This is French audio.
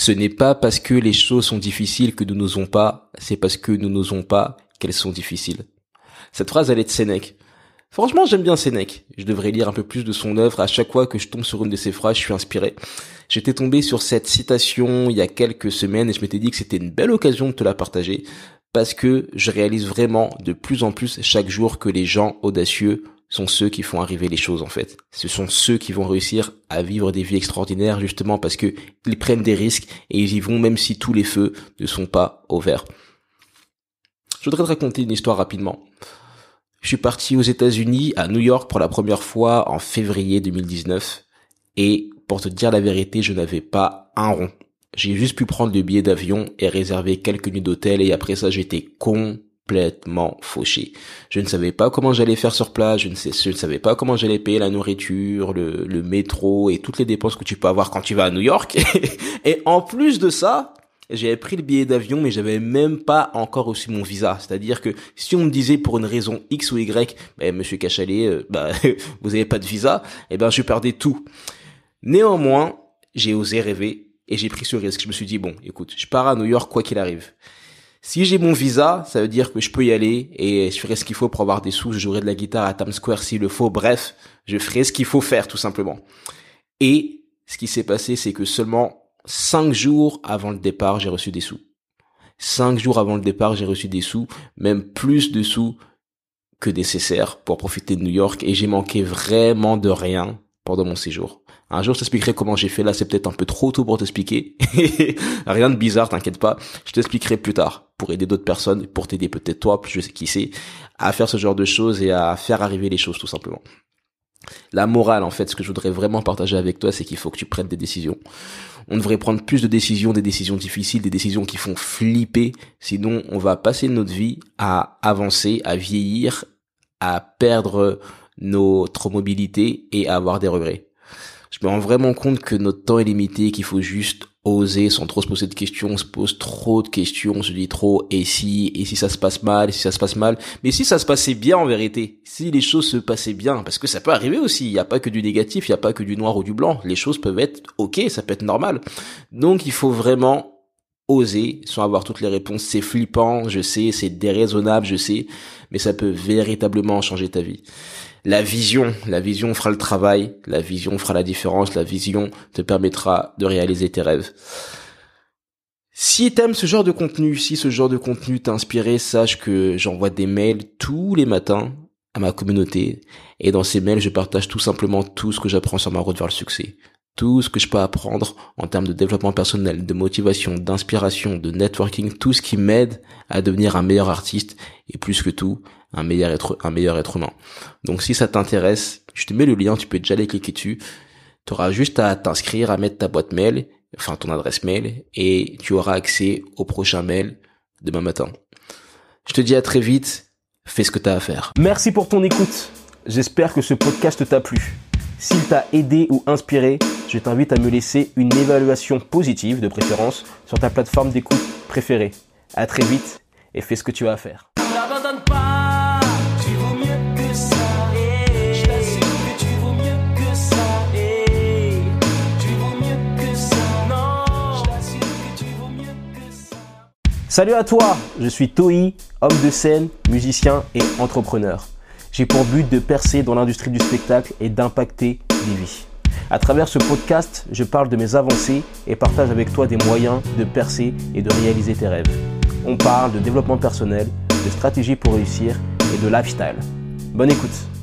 Ce n'est pas parce que les choses sont difficiles que nous n'osons pas, c'est parce que nous n'osons pas qu'elles sont difficiles. Cette phrase, elle est de Sénèque. Franchement, j'aime bien Sénèque. Je devrais lire un peu plus de son œuvre. À chaque fois que je tombe sur une de ses phrases, je suis inspiré. J'étais tombé sur cette citation il y a quelques semaines et je m'étais dit que c'était une belle occasion de te la partager parce que je réalise vraiment de plus en plus chaque jour que les gens audacieux sont ceux qui font arriver les choses en fait. Ce sont ceux qui vont réussir à vivre des vies extraordinaires justement parce que ils prennent des risques et ils y vont même si tous les feux ne sont pas au vert. Je voudrais te raconter une histoire rapidement. Je suis parti aux États-Unis, à New York pour la première fois en février 2019 et pour te dire la vérité, je n'avais pas un rond. J'ai juste pu prendre le billet d'avion et réserver quelques nuits d'hôtel et après ça j'étais complètement fauché. Je ne savais pas comment j'allais faire sur place, je ne savais pas comment j'allais payer la nourriture, le métro et toutes les dépenses que tu peux avoir quand tu vas à New York. Et en plus de ça, j'avais pris le billet d'avion, mais j'avais même pas encore reçu mon visa. C'est-à-dire que si on me disait pour une raison X ou Y, monsieur Cachalet, vous avez pas de visa, je perdais tout. Néanmoins, j'ai osé rêver et j'ai pris ce risque. Je me suis dit, bon, écoute, je pars à New York quoi qu'il arrive. Si j'ai mon visa, ça veut dire que je peux y aller et je ferai ce qu'il faut pour avoir des sous. Je jouerai de la guitare à Times Square s'il le faut. Bref, je ferai ce qu'il faut faire tout simplement. Et ce qui s'est passé, c'est que seulement 5 jours avant le départ, j'ai reçu des sous. 5 jours avant le départ, j'ai reçu des sous, même plus de sous que nécessaire pour profiter de New York et j'ai manqué vraiment de rien pendant mon séjour. Un jour, je t'expliquerai comment j'ai fait. Là, c'est peut-être un peu trop tôt pour t'expliquer. Rien de bizarre, t'inquiète pas. Je t'expliquerai plus tard pour aider d'autres personnes, pour t'aider peut-être toi, je sais qui c'est, à faire ce genre de choses et à faire arriver les choses tout simplement. La morale, en fait, ce que je voudrais vraiment partager avec toi, c'est qu'il faut que tu prennes des décisions. On devrait prendre plus de décisions, des décisions difficiles, des décisions qui font flipper. Sinon, on va passer notre vie à avancer, à vieillir, à perdre notre mobilité et à avoir des regrets. Je me rends vraiment compte que notre temps est limité, qu'il faut juste oser sans trop se poser de questions. On se pose trop de questions, on se dit trop et si ça se passe mal, et si ça se passe mal. Mais si ça se passait bien en vérité, si les choses se passaient bien, parce que ça peut arriver aussi, il n'y a pas que du négatif, il n'y a pas que du noir ou du blanc, les choses peuvent être ok, ça peut être normal. Donc il faut vraiment oser sans avoir toutes les réponses. C'est flippant, je sais, c'est déraisonnable, je sais, mais ça peut véritablement changer ta vie. La vision fera le travail, la vision fera la différence, la vision te permettra de réaliser tes rêves. Si t'aimes ce genre de contenu, si ce genre de contenu t'a inspiré, sache que j'envoie des mails tous les matins à ma communauté et dans ces mails, je partage tout simplement tout ce que j'apprends sur ma route vers le succès. Tout ce que je peux apprendre en termes de développement personnel, de motivation, d'inspiration, de networking, tout ce qui m'aide à devenir un meilleur artiste et plus que tout, un meilleur être humain. Donc si ça t'intéresse, je te mets le lien, tu peux déjà aller cliquer dessus. Tu auras juste à t'inscrire, à mettre ta boîte mail, enfin ton adresse mail, et tu auras accès au prochain mail demain matin. Je te dis à très vite, fais ce que tu as à faire. Merci pour ton écoute. J'espère que ce podcast t'a plu. S'il t'a aidé ou inspiré, je t'invite à me laisser une évaluation positive de préférence sur ta plateforme d'écoute préférée. À très vite et fais ce que tu as à faire. N'abandonne pas, tu vaux mieux que ça. Je t'assure que tu vaux mieux que ça. Tu vaux mieux que ça. Non, je t'assure que tu vaux mieux que ça. Salut à toi, je suis Toi, homme de scène, musicien et entrepreneur. J'ai pour but de percer dans l'industrie du spectacle et d'impacter des vies. À travers ce podcast, je parle de mes avancées et partage avec toi des moyens de percer et de réaliser tes rêves. On parle de développement personnel, de stratégie pour réussir et de lifestyle. Bonne écoute.